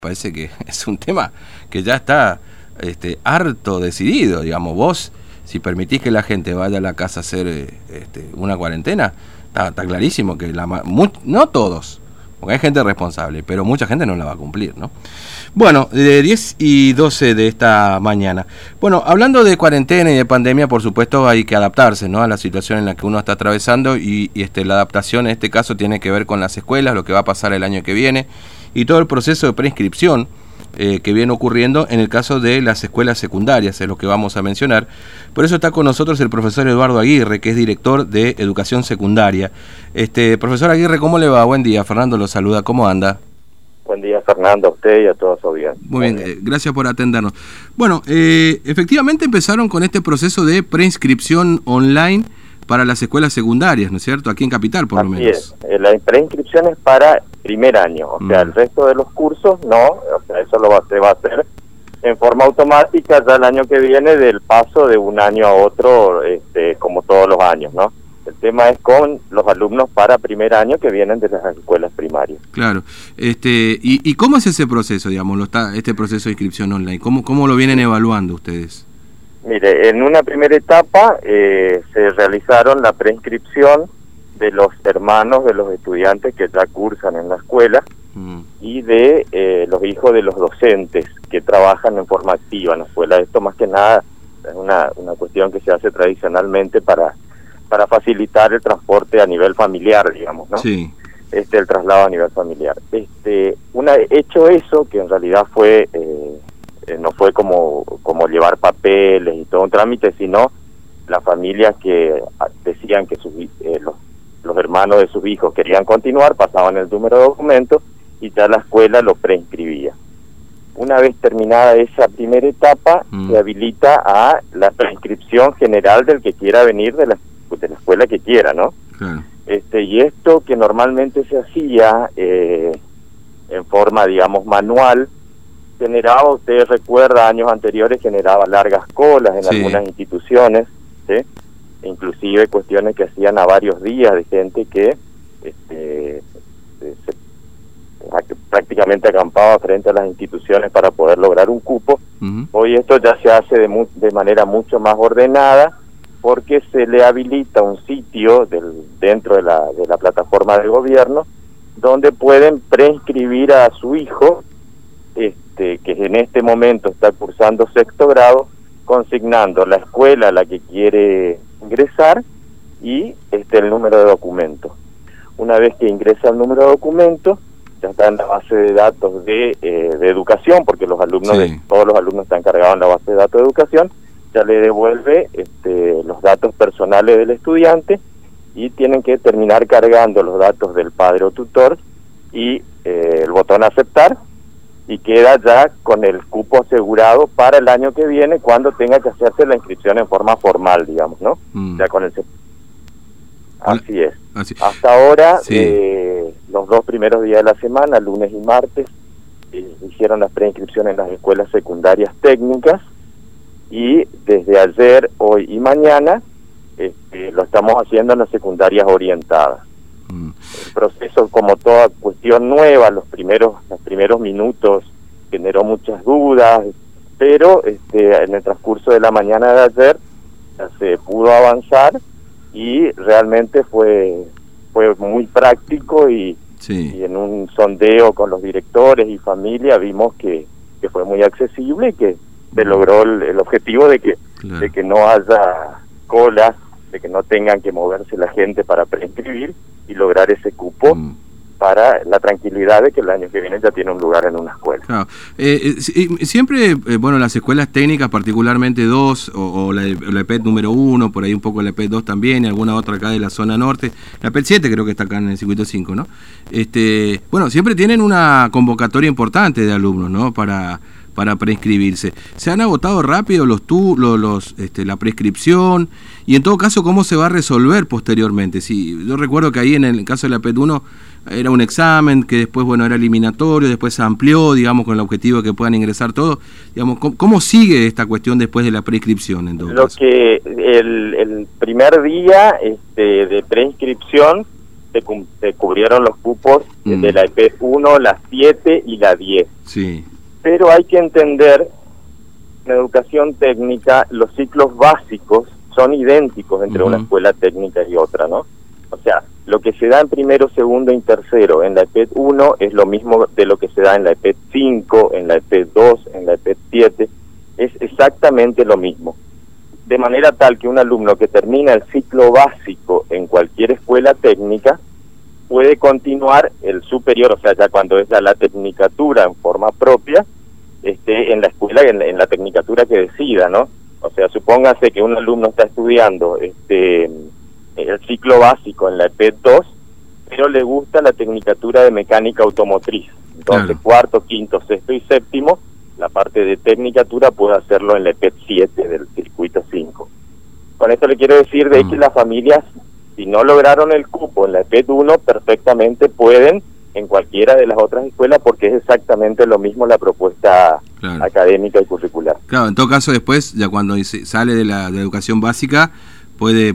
Parece que es un tema que ya está harto decidido, digamos. Vos, si permitís que la gente vaya a la casa a hacer una cuarentena, está clarísimo que no todos, porque hay gente responsable, pero mucha gente no la va a cumplir, ¿no? Bueno, de 10 y 12 de esta mañana. Bueno, hablando de cuarentena y de pandemia, por supuesto hay que adaptarse, ¿no?, a la situación en la que uno está atravesando y la adaptación en este caso tiene que ver con las escuelas, lo que va a pasar el año que viene y todo el proceso de preinscripción que viene ocurriendo en el caso de las escuelas secundarias, es lo que vamos a mencionar. Por eso está con nosotros el profesor Eduardo Aguirre, que es director de Educación Secundaria. Profesor Aguirre, ¿cómo le va? Buen día, Fernando lo saluda, ¿cómo anda? Buen día, Fernando, a usted y a toda su audiencia. Muy bien, gracias por atendernos. Bueno, efectivamente empezaron con este proceso de preinscripción online para las escuelas secundarias, ¿no es cierto? Aquí en Capital, por lo menos. Así es, la preinscripción es para primer año, o sea, el resto de los cursos no, o sea, eso se va a hacer en forma automática ya el año que viene, del paso de un año a otro, como todos los años, ¿no? El tema es con los alumnos para primer año que vienen de las escuelas primarias. Claro. ¿Y cómo es ese proceso, digamos, este proceso de inscripción online? ¿Cómo lo vienen evaluando ustedes? Mire, en una primera etapa se realizaron la preinscripción de los hermanos de los estudiantes que ya cursan en la escuela y de los hijos de los docentes que trabajan en forma activa en la escuela. Esto más que nada es una cuestión que se hace tradicionalmente para facilitar el transporte a nivel familiar, digamos, ¿no? Sí. El traslado a nivel familiar. Hecho eso, que en realidad fue no fue como llevar papeles y todo un trámite, sino las familias que decían que los hermanos de sus hijos querían continuar, pasaban el número de documentos y ya la escuela lo preinscribía. Una vez terminada esa primera etapa, se habilita a la preinscripción general del que quiera venir de la escuela que quiera, ¿no? Claro. Y esto que normalmente se hacía en forma, digamos, manual, generaba, usted recuerda, años anteriores generaba largas colas en algunas instituciones, ¿sí? Inclusive cuestiones que hacían a varios días de gente que prácticamente acampaba frente a las instituciones para poder lograr un cupo. Hoy esto ya se hace de manera mucho más ordenada, porque se le habilita un sitio dentro de la plataforma del gobierno donde pueden preinscribir a su hijo, que en este momento está cursando sexto grado, consignando la escuela a la que quiere ingresar y el número de documento. Una vez que ingresa el número de documento, ya está en la base de datos de educación, porque los alumnos todos los alumnos están cargados en la base de datos de educación, ya le devuelve los datos personales del estudiante y tienen que terminar cargando los datos del padre o tutor y el botón aceptar, y queda ya con el cupo asegurado para el año que viene, cuando tenga que hacerse la inscripción en forma formal, digamos, ¿no? Ya con el... Así es. Hasta ahora, los 2 primeros días de la semana, lunes y martes, hicieron las preinscripciones en las escuelas secundarias técnicas, y desde ayer, hoy y mañana lo estamos haciendo en las secundarias orientadas. El proceso, como toda cuestión nueva, los primeros minutos generó muchas dudas, pero en el transcurso de la mañana de ayer ya se pudo avanzar y realmente fue muy práctico y en un sondeo con los directores y familia vimos que fue muy accesible y que se logró el objetivo de que no haya colas, de que no tengan que moverse la gente para preinscribir y lograr ese cupo para la tranquilidad de que el año que viene ya tiene un lugar en una escuela. Claro. Siempre, las escuelas técnicas, particularmente 2, o la EPET número 1, por ahí un poco la EPET 2 también, y alguna otra acá de la zona norte, la EPET 7 creo que está acá en el circuito 5, ¿no? Siempre tienen una convocatoria importante de alumnos, ¿no?, para preinscribirse. ¿Se han agotado rápido la prescripción? Y en todo caso, ¿cómo se va a resolver posteriormente? Sí, yo recuerdo que ahí en el caso de la PET 1 era un examen que después, era eliminatorio, después se amplió, digamos, con el objetivo de que puedan ingresar todos. Digamos, ¿cómo sigue esta cuestión después de la prescripción en todo caso? Que el primer día de preinscripción se cubrieron los cupos de la EPET 1, la 7 y la 10. Sí. Pero hay que entender, en educación técnica, los ciclos básicos son idénticos entre una escuela técnica y otra, ¿no? O sea, lo que se da en primero, segundo y tercero en la EPET 1 es lo mismo de lo que se da en la EPET 5, en la EPET 2, en la EPET 7, es exactamente lo mismo. De manera tal que un alumno que termina el ciclo básico en cualquier escuela técnica puede continuar el superior, o sea, ya cuando es ya la tecnicatura en forma propia, en la escuela, en la tecnicatura que decida, ¿no? O sea, supóngase que un alumno está estudiando el ciclo básico en la EPET 2, pero le gusta la tecnicatura de mecánica automotriz. Entonces, cuarto, quinto, sexto y séptimo, la parte de tecnicatura puede hacerlo en la EPET 7 del circuito 5. Con esto le quiero decir de que las familias, si no lograron el cupo en la EPET 1, perfectamente pueden en cualquiera de las otras escuelas, porque es exactamente lo mismo la propuesta académica y curricular. Claro, en todo caso después, ya cuando sale de la educación básica, puede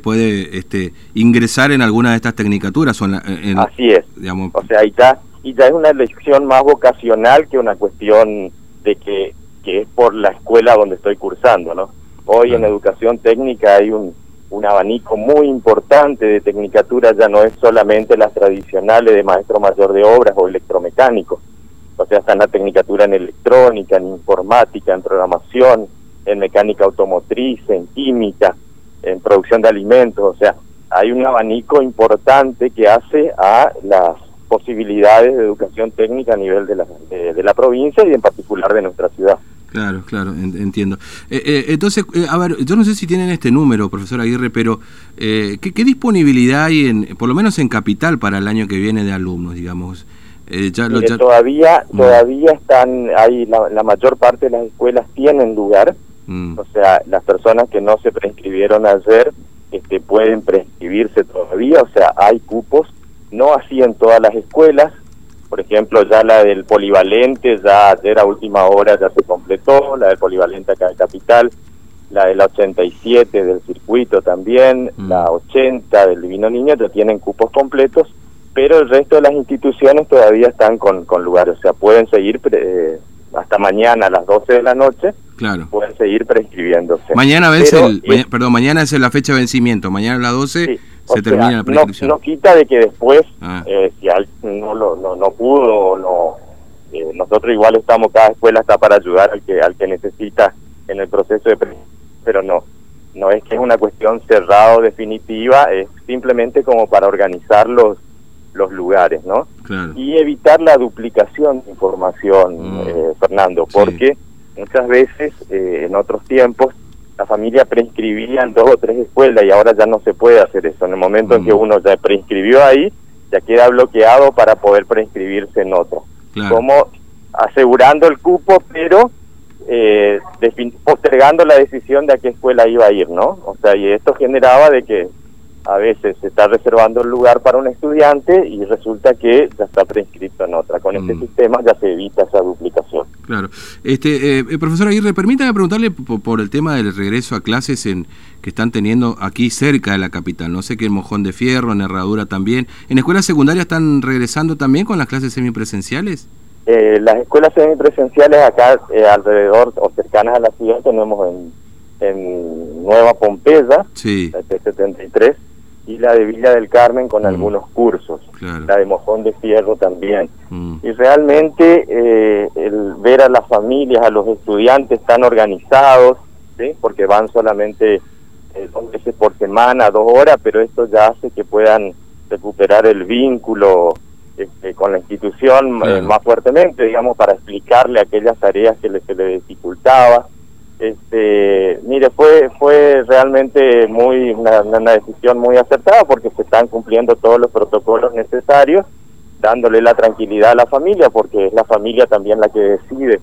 ingresar en alguna de estas tecnicaturas. Así es, digamos, o sea, y ya es una elección más vocacional que una cuestión de que es por la escuela donde estoy cursando, ¿no? Hoy en educación técnica hay un abanico muy importante de tecnicaturas, ya no es solamente las tradicionales de maestro mayor de obras o electromecánico, o sea, está en la tecnicatura en electrónica, en informática, en programación, en mecánica automotriz, en química, en producción de alimentos, o sea, hay un abanico importante que hace a las posibilidades de educación técnica a nivel de la provincia y en particular de nuestra ciudad. Claro, entiendo. Entonces, a ver, yo no sé si tienen este número, profesor Aguirre, pero ¿qué disponibilidad hay, por lo menos en Capital, para el año que viene de alumnos, digamos? Todavía están, la mayor parte de las escuelas tienen lugar, o sea, las personas que no se prescribieron ayer pueden prescribirse todavía, o sea, hay cupos, no así en todas las escuelas. Por ejemplo, ya la del polivalente, ya ayer a última hora ya se completó, la del polivalente acá en Capital, la de la 87 del circuito también, la 80 del Divino Niño ya tienen cupos completos, pero el resto de las instituciones todavía están con lugares, o sea, pueden seguir hasta mañana a las 12 de la noche, pueden seguir prescribiéndose. Mañana mañana es la fecha de vencimiento, mañana a las 12... Sí. Se termina la prescripción. No quita de que después, si alguien no pudo, o no, nosotros igual estamos, cada escuela está para ayudar al que necesita en el proceso de prescripción, pero no es que es una cuestión cerrada o definitiva, es simplemente como para organizar los lugares, ¿no? Claro. Y evitar la duplicación de información, Fernando, porque muchas veces, en otros tiempos, la familia prescribía en 2 o 3 escuelas y ahora ya no se puede hacer eso. En el momento en que uno ya prescribió ahí, ya queda bloqueado para poder prescribirse en otro. Como asegurando el cupo, pero postergando la decisión de a qué escuela iba a ir, ¿no? O sea, y esto generaba de que a veces se está reservando el lugar para un estudiante y resulta que ya está prescrito en otra. Con este sistema ya se evita esa duplicación. Claro. Profesor Aguirre, permítame preguntarle por el tema del regreso a clases que están teniendo aquí cerca de la capital. No sé que en Mojón de Fierro, en Herradura también. ¿En escuelas secundarias están regresando también con las clases semipresenciales? Las escuelas semipresenciales acá alrededor o cercanas a la ciudad tenemos en Nueva Pompeya, la T73, y la de Villa del Carmen con algunos cursos, la de Mojón de Fierro también. Y realmente el ver a las familias, a los estudiantes tan organizados, ¿sí? Porque van solamente 2 veces por semana, 2 horas, pero esto ya hace que puedan recuperar el vínculo con la institución más fuertemente, digamos, para explicarle aquellas tareas que se le dificultaba. Mire, fue realmente una decisión muy acertada, porque se están cumpliendo todos los protocolos necesarios, dándole la tranquilidad a la familia, porque es la familia también la que decide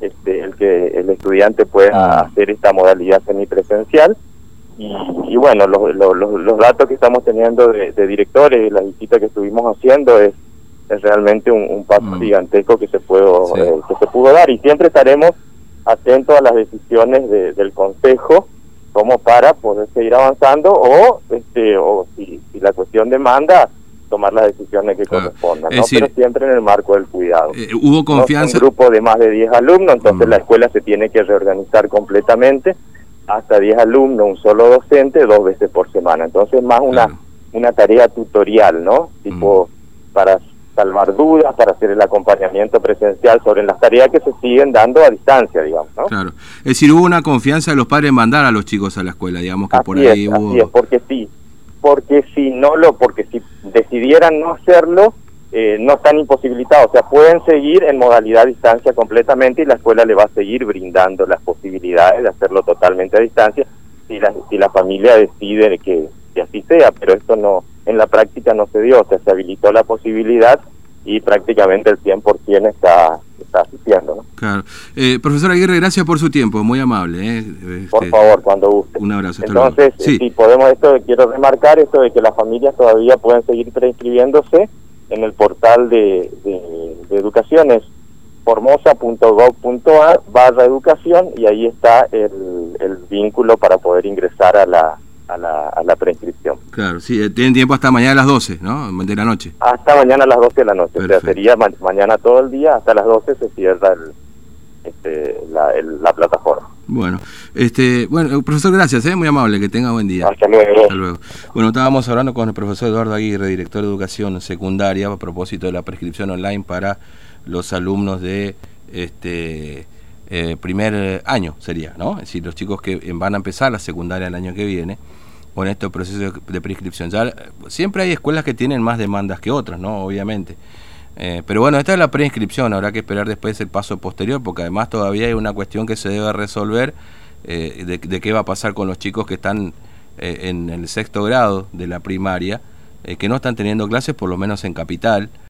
el estudiante pueda hacer esta modalidad semipresencial. Y bueno, los datos que estamos teniendo de directores y las visitas que estuvimos haciendo es realmente un paso gigantesco que se pudo dar, y siempre estaremos atentos a las decisiones del Consejo como para poder seguir avanzando, o si la cuestión demanda, tomar las decisiones que correspondan, ¿no? Decir, pero siempre en el marco del cuidado. Hubo confianza. Un grupo de más de 10 alumnos, entonces la escuela se tiene que reorganizar completamente, hasta 10 alumnos, un solo docente, 2 veces por semana. Entonces más una tarea tutorial, ¿no? Tipo, para salvar dudas, para hacer el acompañamiento presencial sobre las tareas que se siguen dando a distancia, digamos, ¿no? Claro. Es decir, hubo una confianza de los padres en mandar a los chicos a la escuela, digamos que por ahí hubo... Así es, porque si decidieran no hacerlo, no están imposibilitados, o sea, pueden seguir en modalidad a distancia completamente y la escuela le va a seguir brindando las posibilidades de hacerlo totalmente a distancia si la familia decide que así sea, pero esto no, en la práctica no se dio, o sea, se habilitó la posibilidad y prácticamente el 100% está asistiendo, ¿no? Claro. Profesor Aguirre, gracias por su tiempo, muy amable. Por favor, cuando guste. Un abrazo. Entonces, si podemos, quiero remarcar esto de que las familias todavía pueden seguir preinscribiéndose en el portal de educación, es formosa.gov.ar/educación, y ahí está el vínculo para poder ingresar a la preinscripción. Claro, sí, tienen tiempo hasta mañana a las 12, ¿no? De la noche. Hasta mañana a las 12 de la noche. Perfecto. O sea, sería mañana todo el día, hasta las 12 se cierra la plataforma. Bueno, profesor, gracias, muy amable, que tenga buen día. Hasta luego. Hasta luego. Bueno, estábamos hablando con el profesor Eduardo Aguirre, director de Educación Secundaria, a propósito de la prescripción online para los alumnos de primer año, sería, ¿no? Es decir, los chicos que van a empezar la secundaria el año que viene, con estos procesos de prescripción. Ya siempre hay escuelas que tienen más demandas que otras, ¿no? Obviamente. Pero bueno, esta es la preinscripción, habrá que esperar después el paso posterior, porque además todavía hay una cuestión que se debe resolver de qué va a pasar con los chicos que están en el 6º grado de la primaria, que no están teniendo clases, por lo menos en Capital.